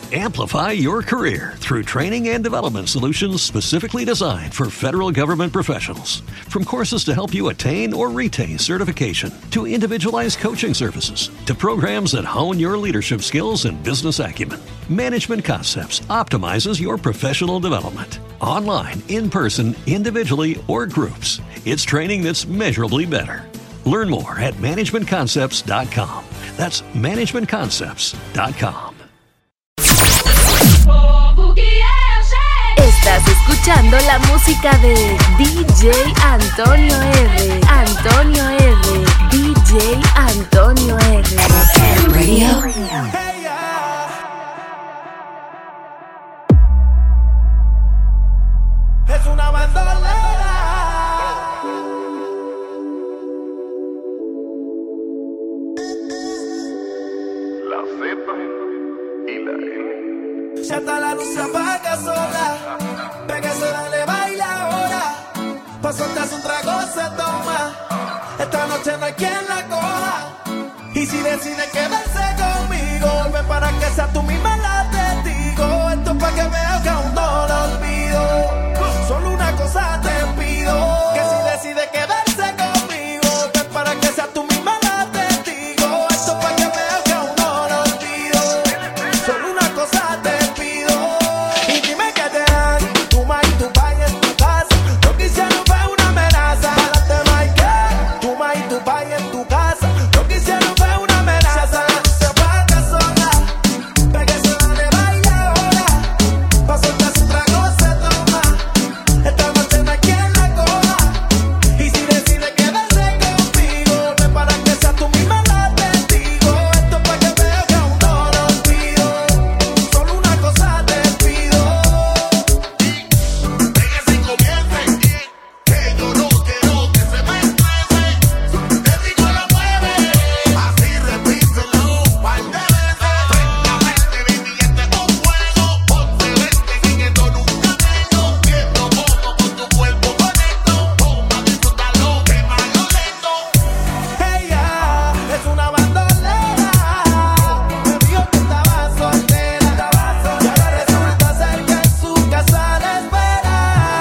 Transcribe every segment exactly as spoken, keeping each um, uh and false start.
Amplify your career through training and development solutions specifically designed for federal government professionals. From courses to help you attain or retain certification, to individualized coaching services, to programs that hone your leadership skills and business acumen, Management Concepts optimizes your professional development. Online, in person, individually, or groups, it's training that's measurably better. Learn more at management concepts dot com. That's management concepts dot com. Estás escuchando la música de D J Antonio R. Antonio R. D J Antonio R. Radio. Hey, yeah. Es una bandolera. La Z y la N. Ya está la luz, se apaga sola. Pégase, dale, baila ahora. Pa' soltarse un trago se toma. Esta noche no hay quien la coja. Y si decide quedarse conmigo, ven para que sea tú misma la testigo. Esto es pa' que veas que aún no lo olvido. Solo una cosa te pido, que si decide quedarse conmigo, ven para que sea tú misma la testigo. Esto es pa' que veas que aún no lo olvido. Solo una cosa te pido. Y dime que te dan tu ma y tu pa en tu casa. Lo que hicieron fue una amenaza. Adelante, Mike, tu ma y tu pa en tu casa. Lo que hicieron fue una amenaza. Se apaga sola. Pégase, dale, baila ahora. Pa' soltarse un trago se toma. Esta noche no hay quien la coja. Y si decide quedarse conmigo, ven para que sea tú misma la testigo. Esto es pa' que veas que aún no lo olvido. Solo una cosa te pido. Pégase y comience, que yo no quiero que se me estrese. Qué rico lo mueve, así repíselo un par de veces. Francamente, baby, este es un juego. Ponte vente, sin esto nunca tengo. Viendo cómo con tu cuerpo conecto. Toma, disfrútalo, que malo lento. Ella es una bandolera. Me dijo que estaba soltera. Y ahora resulta ser que en su casa la espera.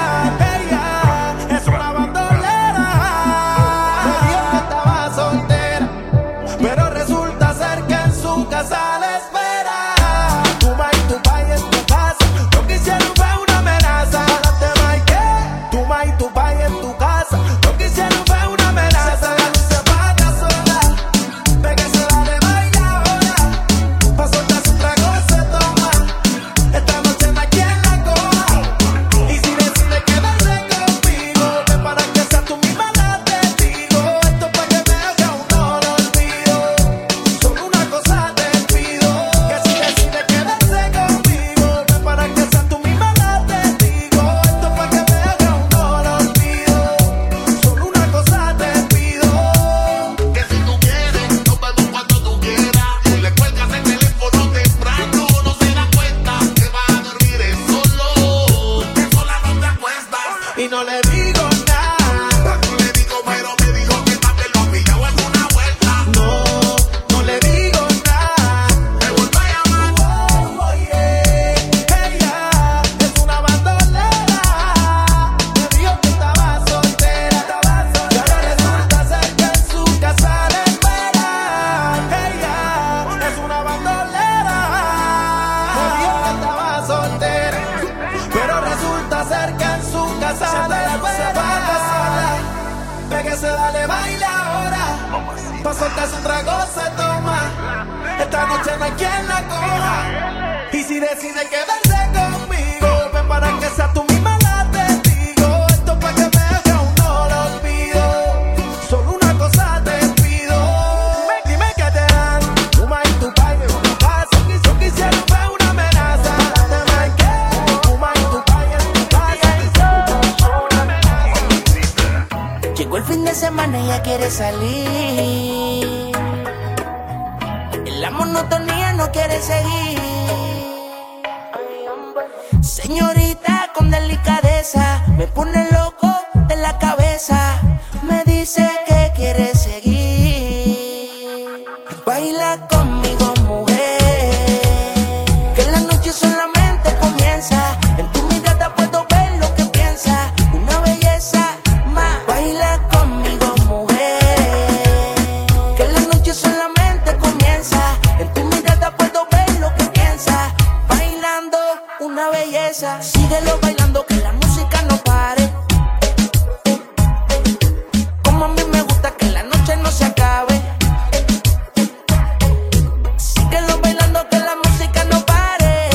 Ella es una bandolera. Me dijo que estaba soltera. Pero resulta ser que en su casa la espera. Tu ma y tu pa en tu casa. Lo que hicieron fue una amenaza. Adelante, Mike, tu ma y tu pa en tu casa. Lo que hicieron fue una amenaza. La luz se apaga sola. Pégase, dale, baila ahora. Pa' soltarse un trago se toma. Esta noche no hay quien la coja. Y si decide quedarse conmigo, ven para que sea tú misma la testigo. Esto es pa' que veas que aún no lo olvido. Solo una cosa te pido, que si decide quedarse conmigo, ven para que sea tú misma la testigo. Esto es pa' que veas que aún no lo olvido. Solo una cosa te pido. Que si tú quieres, nos vemos cuando tú quieras. Si le cuelgas el teléfono temprano, no se da cuenta que vas a dormir es solo. Que sola no te acuestas. Y no le digo nada. No le digo, pero me dijo que más te lo ha pillado en una vuelta. No, no le digo nada. Me vuelvo a llamar. Oh, oye, ella es una bandolera. Me dijo que estaba soltera. Y ahora resulta ser que en su casa la espera. Ella es una bandolera. Me dijo que estaba soltera. Pero resulta ser que en su casa la espera. Pégase, dale, baila ahora. Pa' soltarse un trago se toma. Esta noche no hay quien la coja. Y si decide quedarse conmigo, ven para que sea tú misma la testigo. Esto es pa' que veas que aún no lo olvido. Solo una cosa te pido. Dime que te dan tu ma y tu pa en tu casa. Lo que hicieron fue una amenaza. Adelante, Mike, tu ma y tu pa en tu casa. Llegó el fin de semana y ella quiere salir. En la monotonía no quiere seguir. Señorita con delicadeza, me pone loco de la cabeza. Me dice que quiere seguir. Baila conmigo, mujer, que la noche cabeza. Síguelo bailando que la música no pare. Como a mí me gusta que la noche no se acabe. Síguelo bailando que la música no pare.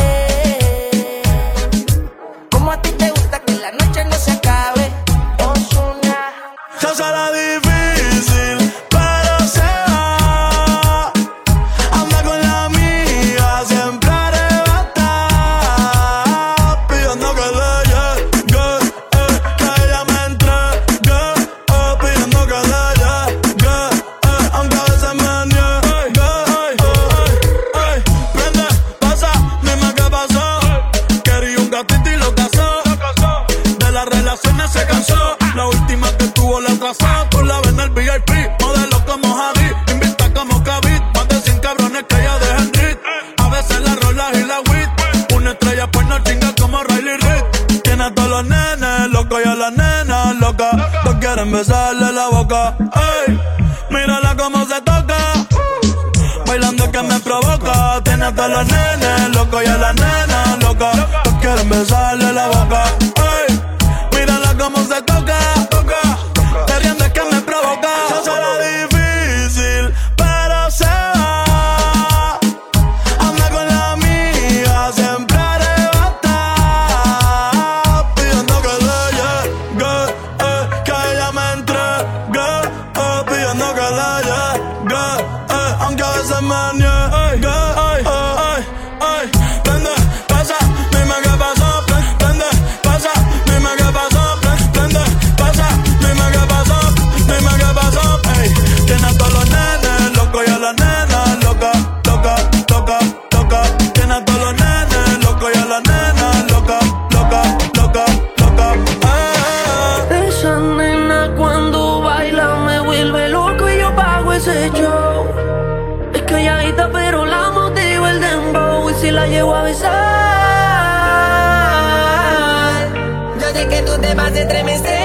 Como a ti te gusta que la noche no se acabe. Ozuna. Se hace la difícil, pero se va. Anda con la amiga, siempre arrebatada, pidiendo que le llegue, eh, que ella me entregue, eh, pidiendo que le llegue, eh, aunque a veces me niegue, ey, ey, ey. Prende, pasa, dime qué pasó. Quería un gatito y lo casó. De las relaciones se cansó. La última que tuvo la atrasó. Tú la ves en el V I P, modelo como Javi, invita como Kavit. Más de cien cabrones que ella deja en rit. A veces la rola y la wit. Una estrella pues no chinga como Riley Reid. Tiene a todos los nenes locos y a las nenas locas. Todos quieren besarle la boca. Ey, mírala cómo se toca. Bailando que me provoca. Tiene a todos los nenes locos y a las nenas locas. Todos quieren besarle la boca. Ey, mírala cómo se toca. Te riendes que me provoca. Se hace la difícil, pero se va. Anda con la amiga, siempre arrebatada, pidiendo que le llegue, eh, que ella me entregue, eh, pidiendo que le llegue, eh, aunque a veces me niegue, ay, ay, ay. Prende, pasa, dime qué pasó. Prende, pasa, dime qué pasó. Prende, pasa, dime qué pasó. Dime qué pasó, ey. Tiene a todos los nenes locos y a las nenas locas, loca, loca, loca. Tiene a todos los nenes locos y a las nenas locas, loca, loca, loca. Eh. Esa nena cuando baila me vuelve loco y yo pago ese show. Es calladita pero la motiva el dembow y si la llevo a besar, Yo sé que tú te vas a estremecer.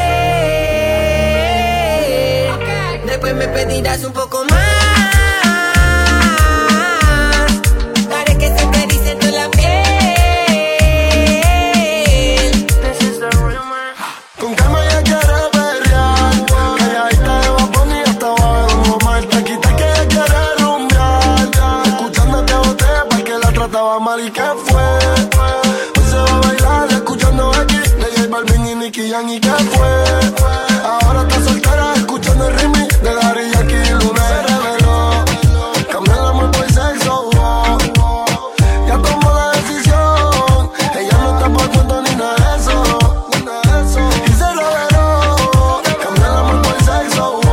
Después me pedirás un poco más. Haré que se te erice toda la piel. this is the real man. Con calma ella quiere perrear, calladita de Bad Bunny hasta abajo de Omar. Taquita que ella quiere rumbear, escuchándote a botella porque la trataba mal y que fue. Hoy se va a bailar escuchando aquí de J Balvin y Nicky Jam y que fue. Ahora está soltera escuchando el remix de Daddy Yankee y Luna. Se reveló, cambió el amor por sexo, oh, oh. Ya tomó la decisión, ella no está por cuento ni nada de eso, nada de eso. Y se reveló, cambió el amor por sexo, oh.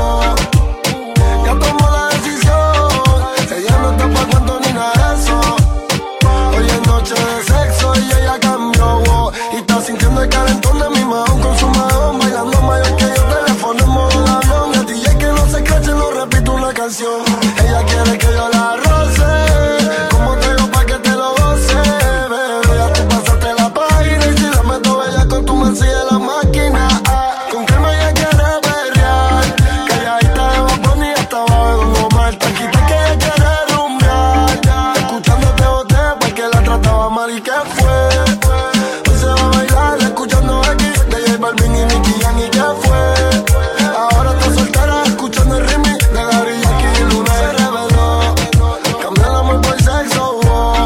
Ya tomó la decisión, ella no está por cuento ni nada de eso. Hoy es noche de sexo y ella cambió, oh. Y está sintiendo el calentón de mi mahón con su mahón, bailando mayor que yo, teléfono en modo avión. El D J que no se escrache, no repito una canción. Ella quiere que yo la roce, como te digo pa' que te lo goce, bebé. Ya tú pasaste la página y si la meto bella con tu man sigue la máquina, ah. Con calma ella quiere perrear, calladita de Bad Bunny hasta abajo de Don Omar. Taquita que ella quiere rumbear, escuchándote botella porque la trataba mal y que fue. Hoy se va a bailar escuchando aquí de J Balvin y Nicky Jam y que fue. Ahora está soltera escuchando el remix de Daddy Yankee y Luna. Se reveló, cambió el amor por sexo, oh.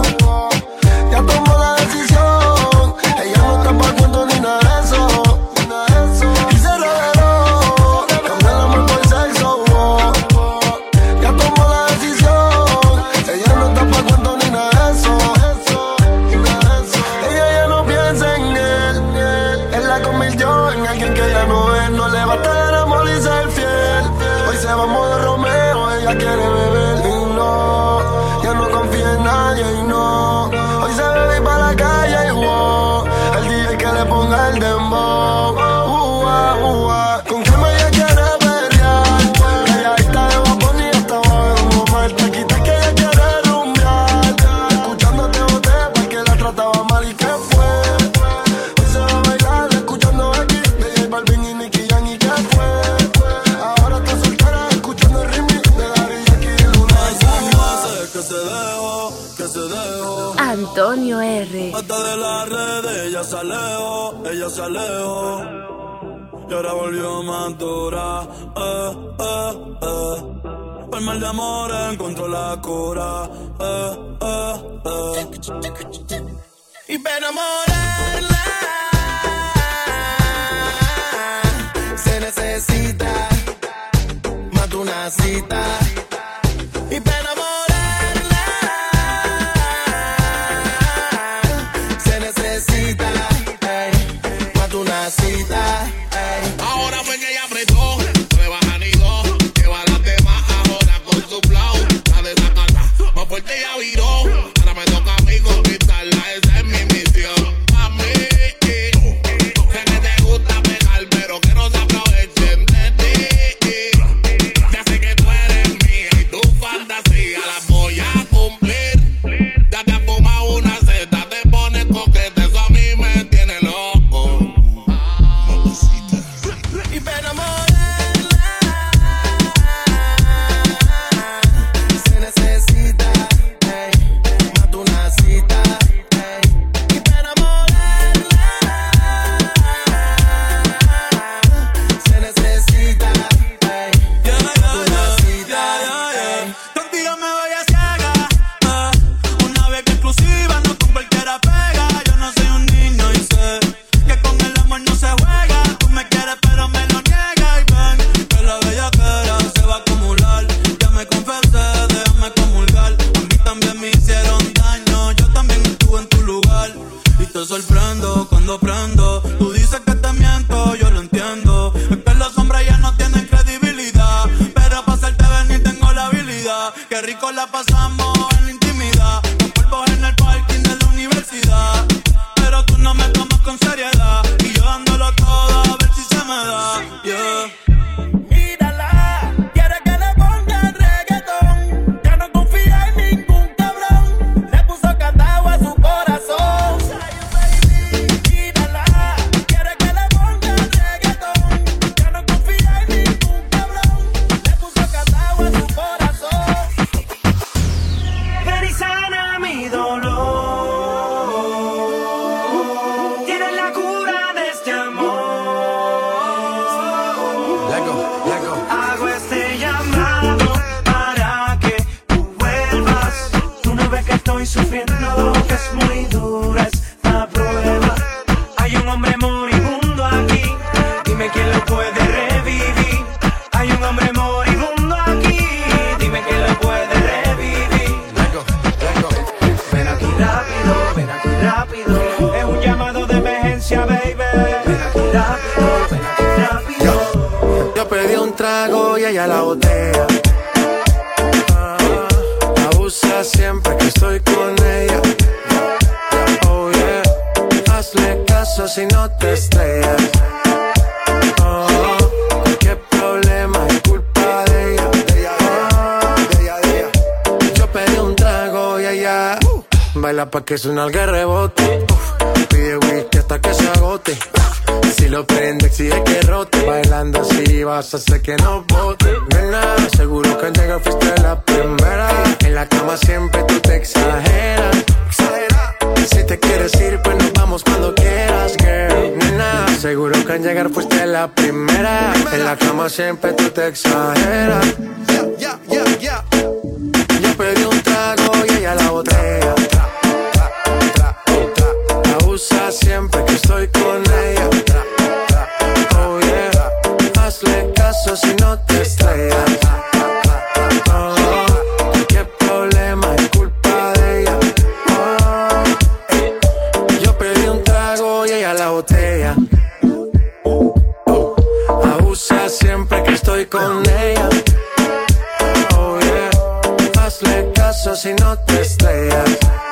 Ya tomó la decisión, ella no está pa' cuento ni nada de eso, nada de eso. Y se reveló, cambió el amor por sexo, oh. Ya tomó la decisión, ella no está pa' cuento ni nada de eso, nada de eso. Ella ya no piensa en él, él la convirtió en alguien que ya no es. No le basta el amor y ser fiel. Hoy se va a modo Romeo, ella quiere beber y no, ya no confía en nadie y no. Hoy se bebe para la calle y wow, el D J que le ponga el dembow, uh, uh, uh, con calma ella quiere perrear, calladita de Bad Bunny hasta abajo de Don Omar. Taquita que ella quiere rumbear, escuchándote botella porque la trataba mal y que fue. Hoy se va a bailar escuchando aquí de J Balvin y Nicky Jam y que fue. Ahora está soltera escuchando el remix de Daddy Yankee y Luna. Que se dejó, que se dejó. alejó. Antonio R. Hasta de las redes ella se alejó, ella se alejó. Y ahora volvió a madurar, eh, eh, eh. Por mal de amor encontró la cura, eh, eh, eh. Y para enamorarla se necesita más de una cita. Y para enamorarla se necesita ey, más de una cita. Ey. Ahora fue que ella apretó, me bajan y dos, que va las demás ahora con su flow. La desacata, más fuerte ya viró. Ahora me toca a mí conquistarla, esa es mi misión. A mí, sé que te gusta pegar, pero que no se aprovechen de ti. Ya sé que tú eres mía y tu fantasía la voy a cumplir. Ya te has fumado una seta, te pones coquete, eso a mí me tiene loco. Y para enamorarla se necesita ey, más de una cita. Ey. Y para enamorarla se necesita ey, más de una cita. Ey. Contigo me voy a ciega, eh. Una vez exclusiva, no con cualquiera pega. Yo no soy un niño y sé que con el amor no se juega. Tú me quieres pero me lo niegas y ven que la bellaquera se va a acumular. Ya me confesé, déjame comulgar. A mí también me hicieron daño, yo también estuve en tu lugar. Y te sorprendo cuando prendo. Tú dices que te miento, yo lo entiendo. Es que los hombres ya no tienen credibilidad, pero para hacerte venir tengo la habilidad. Qué rico la pasamos en la intimidad, con polvos en el parking de la universidad. Pero tú no me tomas con seriedad y yo dándolo todo a ver si se me da, yeah. Mírala, quiere que le ponga reggaetón. Ya no confía en ningún cabrón, le puso candado a su corazón. Mírala, quiere que le ponga reggaetón. Ya no confía en ningún cabrón, le puso candado a su corazón. Ven y sana mi dolor. Tienes la cura de este amor. Hago este llamado para que tú vuelvas. Tú no ves que estoy sufriendo, que es muy dura esta prueba. Hay un hombre moribundo aquí, dime quién lo puede revivir. Hay un hombre moribundo aquí, dime quién lo puede revivir. Ven aquí rápido, ven aquí rápido. Es un llamado de emergencia, baby. Ven aquí rápido, ven aquí rápido. Yo pedí un trago y ella la botella. Ah, abusa siempre que estoy con ella. Oh yeah, hazle caso si no te estrellas. Oh, qué problema es culpa de ella. Ah, yo pedí un trago y ella baila pa' que suena el rebote. Pide whisky hasta que se agote. Si lo prende exige que rote. Bailando así vas a hacer que no bote. Nena, seguro que al llegar fuiste la primera. En la cama siempre tú te exageras. Si te quieres ir pues nos vamos cuando quieras, girl. Nena, seguro que al llegar fuiste la primera. En la cama siempre tú te exageras. Yo pedí un trago y ella la botella. Abusa siempre que estoy con ella. Oh yeah, hazle caso si no te estrellas. Oh, qué problema es culpa de ella. Oh, yo pedí un trago y ella la botella. Abusa siempre que estoy con ella. Oh yeah, hazle caso si no te estrellas.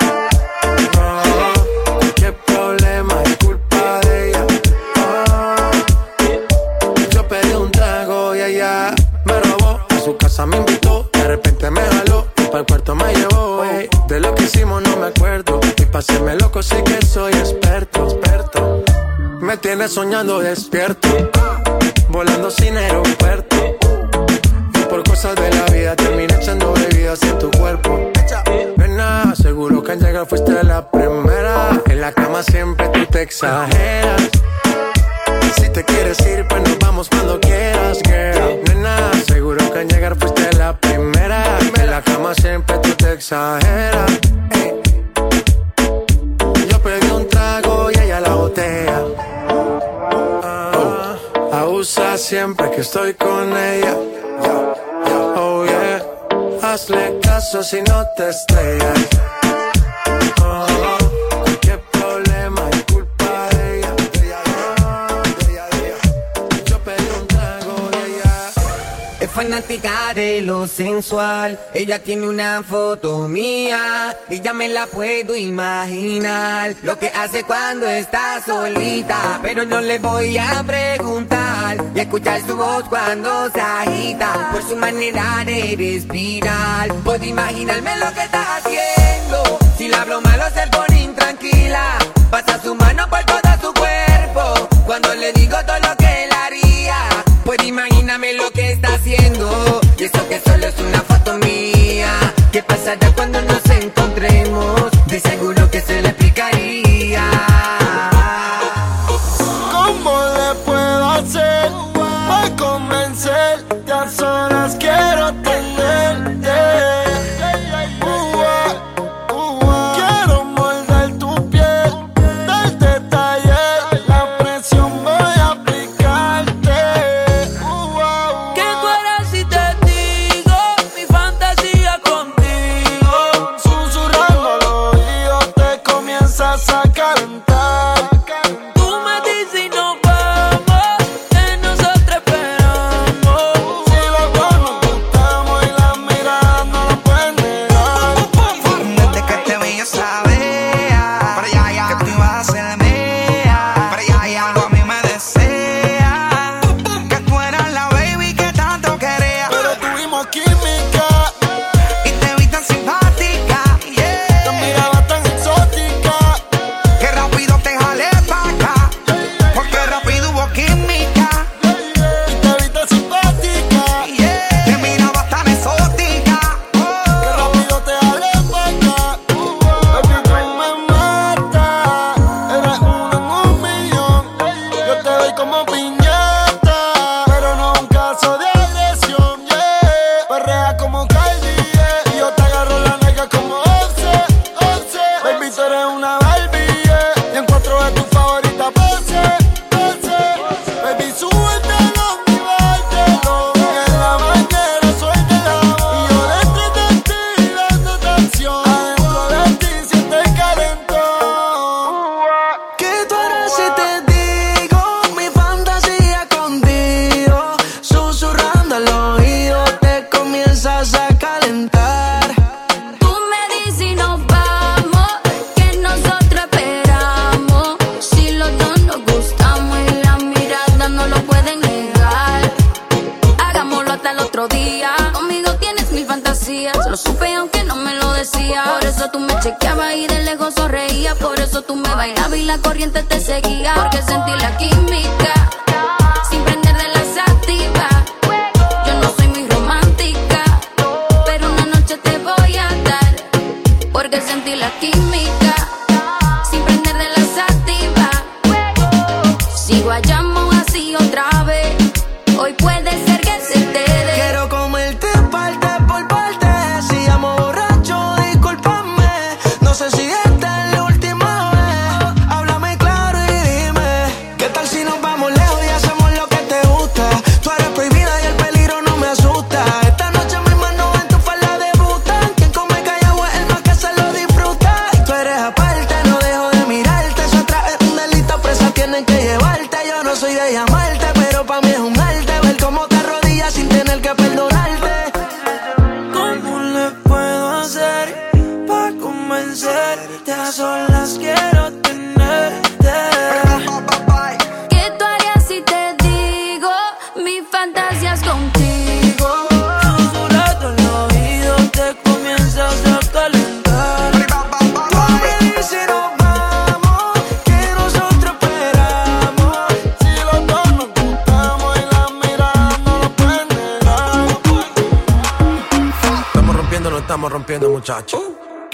Me invitó, de repente me jaló y pa'l cuarto me llevó. Ey, de lo que hicimos no me acuerdo y pa' hacerme loco sí que soy experto, experto. Me tienes soñando despierto, volando sin aeropuerto. Y por cosas de la vida terminé echando bebidas en tu cuerpo. Ven Nena, seguro que al llegar fuiste la primera. En la cama siempre tú te exageras. Si te quieres ir, pues nos vamos cuando quieras, girl. Nena, seguro que al llegar fuiste la primera. En la cama siempre tú te exageras. Ey. Yo pedí un trago y ella la botella. Oh, abusa siempre que estoy con ella. Oh yeah, hazle caso si no te estrellas. Oh, qué problema es culpa de ella. Yo pedí un trago de ella. Es fanática de lo sensual. Ella tiene una foto mía y ya me la puedo imaginar. Lo que hace cuando está solita, pero no le voy a preguntar. Y escuchar su voz cuando se agita, por su manera de respirar. Puedo imaginarme lo que está haciendo. Si le hablo malo se pone intranquila. Pasa su mano por todo su cuerpo cuando le digo todo lo que él haría. Puedo imaginarme lo que está haciendo. Y eso que solo es una foto mía. ¿Qué pasará cuando nos encontremos? De seguro que se le explicaría. ¿Cómo le puedo hacer para convencerte? A solas quiero tenerte. Uh, uh, quiero morder tu piel, darte taller, la presión voy a aplicarte. Uh, uh, ¿Qué tú harás si te digo mi fantasía contigo? Susurrando al oído te comienzas a calentar. Tú me dices y nos vamos, que nosotros esperamos. Si los dos nos gustamos y las miradas no lo pueden negar. Desde que te vi yo sabía, pero ya, ya, que tú ibas a ser mía. Pero ya, ya, lo a mí me desea, que tú eras la baby que tanto quería. Pero tuvimos química, Y te vi tan simpática, te yeah, miraba tan exótica. que rápido te jalé pa' acá, porque rápido hubo química, Y te vi tan simpática, yeah, te miraba tan exótica, que oh. rápido te jalé pa' acá. Baby, tú me matas, eres uno en un millón. Yo te doy como piñata, pero no un caso de agresión, yeah. Perrea como Cardi, yeah. Y yo te agarro la nalga como Offset, Offset. Baby, tú eres una Barbie, yeah. Y en cuatro de tus favoritas pose, pose. Baby, súbetelo y bájatelo. Y en la mañana suéltela. Y yo dentro de ti dándote acción. Adentro de ti siente el calentón. ¿Qué tú harás si te digo mi fantasía contigo? Susurrando al oído te comienzas a calentar. Tú me dices y nos vamos, que nosotros esperamos. Si los dos nos gustamos y las miradas no lo pueden negar. Hagámoslo hasta el otro día. Conmigo tienes mil fantasías. Lo supe aunque no me lo decía. Por eso tú me chequeabas y de lejos sonreías. Por eso tú me bailabas y la corriente te seguía. Porque sentí la química sin prender de la sativa. Yo no soy muy romántica, pero una noche te voy a dar. Porque sentí la química sin prender de la sativa. Si guayamos así otra vez, hoy puede ser que se te dé. Quiero comerte parte por parte. Si llamo borracho, discúlpame. No sé si esta es la última vez. Háblame claro y dime, ¿qué tal si nos vamos lejos y hacemos lo que te gusta? Tú eres prohibida y el peligro no me asusta. Esta noche mis manos en tu falda debutan. Quien come callado es el más que se lo disfruta. Y tú eres aparte, no dejo de mirarte. Eso atrás es un delito, presa tienen que llevarte. Yo no soy de llamarte, pero pa' mí es un arte ver cómo te arrodillas sin tener que perdonarte. ¿Cómo le puedo hacer para convencerte? A solas quiero tenerte. ¿Qué tú harías si te digo mis fantasías contigo? Susurrando al oído te comienzas a calentar. Tú me dices y nos vamos, que nosotros esperamos. Si los dos nos gustamos y las miradas no lo pueden negar. Estamos rompiendo, no estamos rompiendo, muchachos.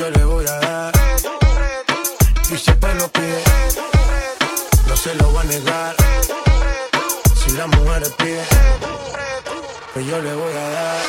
yo le voy a dar. Y siempre lo pide, no se lo va a negar. Si la mujer pide, pues yo le voy a dar.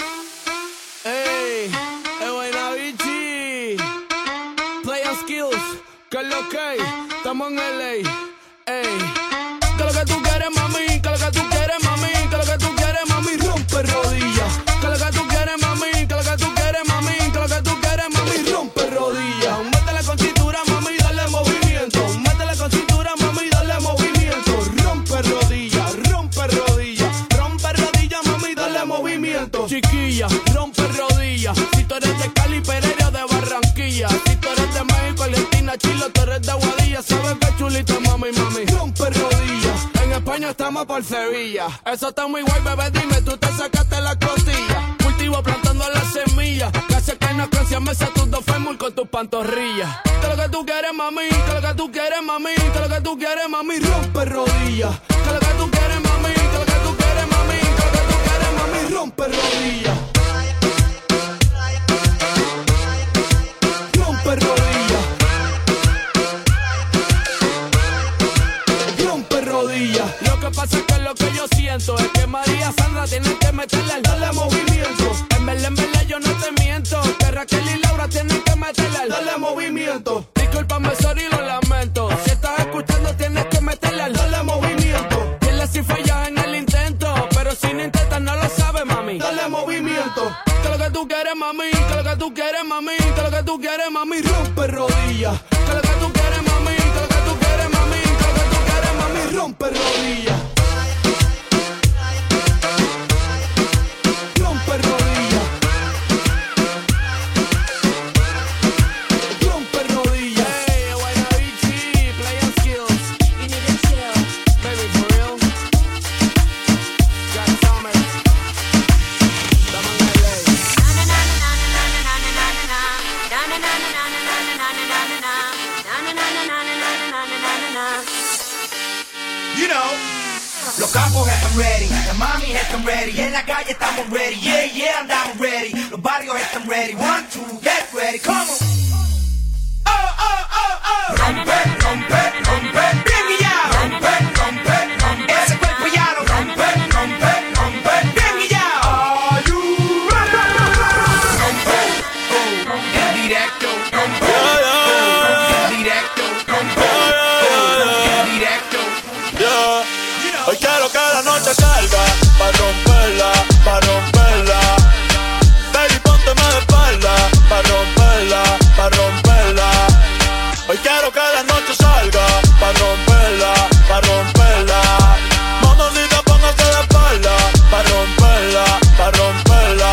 Ey, es buena bichi. Play and skills, que es lo que estamos en L A. Ey, que lo que tú quieres, mami, que lo que tú quieres, mami, que lo que tú quieres, mami, rompe rodillas. Que lo que tú quieres, mami, que lo que tú quieres, mami, que lo que tú quieres, mami, rompe rodillas. Métele con cintura, mami, dale movimiento. Métele con cintura, mami, dale movimiento. Rompe rodillas, rompe rodillas, rompe rodillas, mami, dale movimiento. Chiquilla, rompe rodillas. Si tú eres de Cali, Pereira, de Barranquilla. Si tú eres de México, Argentina, Chile, tú eres de Guadilla. Sabes que chulita, mami, mami, rompe rodillas. En España estamos por Sevilla. Eso está muy guay, bebé, dime, tú te sacaste la costilla. Cultivo plantando las semillas. Casi que no canción, me tus dos fémur con tus pantorrillas. Que lo que tú quieres, mami, que lo que tú quieres, mami, que lo que tú quieres, mami, rompe rodillas. Que lo que tú quieres, mami, que lo que tú quieres, mami, que lo que tú quieres, mami, rompe rodillas. Rompe rodillas. Rompe rodillas. Lo que pasa es que lo que yo siento es que María Sandra tiene que meterle al darle movimiento. En verdad, en verdad yo no te miento. Que Raquel y Laura tienen que meterle al darle movimiento. Discúlpame, sorry, lo lamento. Si estás escuchando tienes que meterle al darle movimiento. Dile si fallas en el intento, pero si no intentas no lo sabes, mami. Dale movimiento. Que lo que tú quieres, mami, que lo que tú quieres, mami, que lo que tú quieres, mami, rompe rodillas. Que lo que tú quieres, mami, que lo que tú quieres, mami, que lo que tú quieres, mami, rompe rodillas. Rompe rodillas. Rompe rodillas. Hey, Guaynabichi, play and skills. You need to chill. Baby, for real. Jack Thomas. Estamos en L You know, los campos están ready, las mami están ready, en la calle estamos ready, yeah, yeah, andamos ready, los barrios están ready, one, two, get ready, come on. Oh, oh, oh, oh. Rompe, rompe, rompe, bien y ya. Rompe, rompe, rompe, ese cuerpo ya lo rompe, rompe, rompe, bien y ya. Are you ready? Rompe, oh, en directo, rompe, oh, en directo, rompe, oh, en directo. Hoy quiero que la noche salga pa' romperla, pa' romperla. Baby, pónteme de espalda pa' romperla, pa' romperla. Hoy quiero que la noche salga pa' romperla, pa' romperla. Mamacita, póngase de espalda pa' romperla, pa' romperla.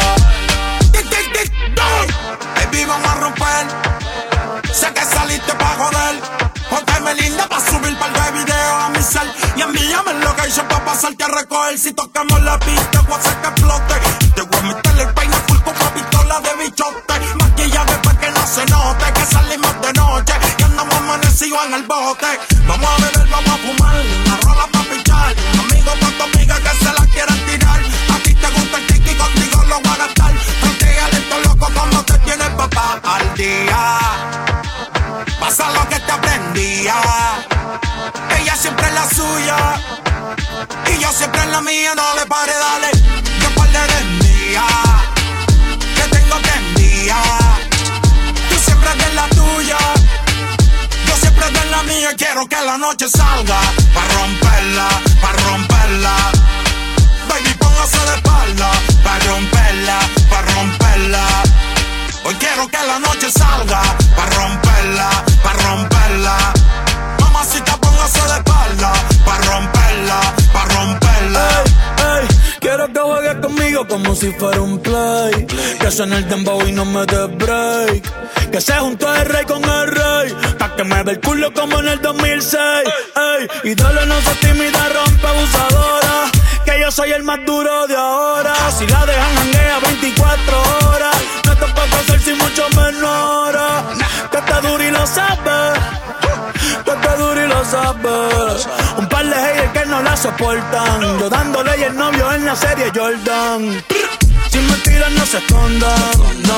Baby, vamos a romper. Sé que saliste pa' joder. Pónteme linda pa' subir par de videos a mi cel. Y envíame el location pa' pasarte a recoger. Si tocamos la pista, voy a hacer que explote. Te voy a meterle el peine full con una pistola de bichote. Maquilla después que no se note que salimos de noche, que andamos amanecidos en el bote. Vamos a beber, vamos a fumar, una rola pa' pichar. Un amigo con tu amiga que se la quieran tirar. A ti te gusta el tiki, contigo lo voy a gastar. Frontea esto loco como te tienes papá al día. Pasa lo que te aprendía. Ella siempre es la suya y yo siempre en la mía. No le pare, dale, que par de mía que tengo que enviar. Tú siempre eres la tuya, yo siempre eres la mía. Y quiero que la noche salga pa' romperla, pa' romperla. Baby, póngase de espalda pa' romperla, pa' romperla. Hoy quiero que la noche salga pa' romperla, pa' romperla. Mamacita, póngase de espalda pa' romperla, pa' romperla. Ey, ey, quiero que juegues conmigo como si fuera un play. Que suene el dembow y no me des break. Que se juntó el rey con el rey, pa' que me dé el culo como en el dos mil seis. Ey, y dale, no se tímida, rompe abusadora. Que yo soy el más duro de ahora. Si la dejan janguea veinticuatro horas. No te puedo hacer sin mucho menor. Que está duro y lo sabes. Que está duro y lo sabes. Un par de haters que no la soportan. Yo dándole y el novio en la serie Jordan. Sin mentiras no se escondan, no.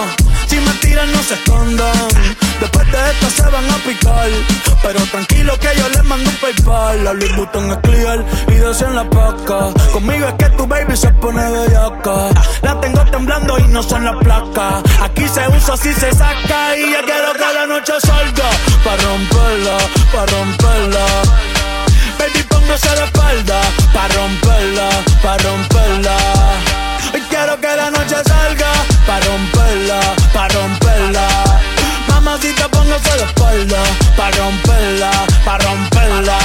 Si me tiran no se escondan, después de esto se van a picar. Pero tranquilo que yo les mando un PayPal. La Louis Vuitton es clear y dos en la paca. Conmigo es que tu baby se pone bellaca. La tengo temblando y no son las placas. Aquí se usa si se saca. Y ya quiero que la noche salga pa' romperla, pa' romperla. Baby, póngase de espalda pa' romperla, pa' romperla. Hoy quiero que la noche salga pa' romperla, pa' romperla. Mamacita, póngase de espalda pa' romperla, pa' romperla.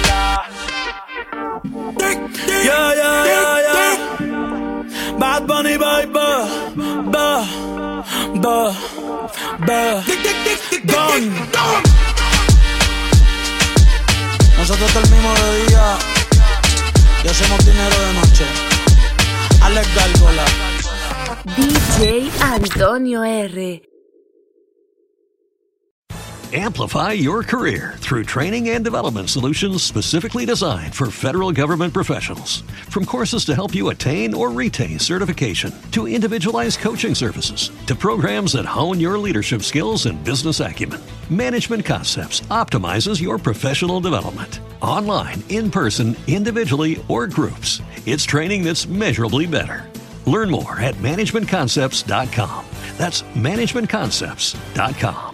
Yeah, yeah, yeah, yeah. Bad Bunny, baby, ba, ba, ba, gone. Nosotros dormimos de día y hacemos dinero de noche. Alex Gárgola. D J Antonio R. Amplify your career through training and development solutions specifically designed for federal government professionals. From courses to help you attain or retain certification, to individualized coaching services, to programs that hone your leadership skills and business acumen, Management Concepts optimizes your professional development. Online, in person, individually, or groups, it's training that's measurably better. Learn more at management concepts dot com. That's management concepts dot com.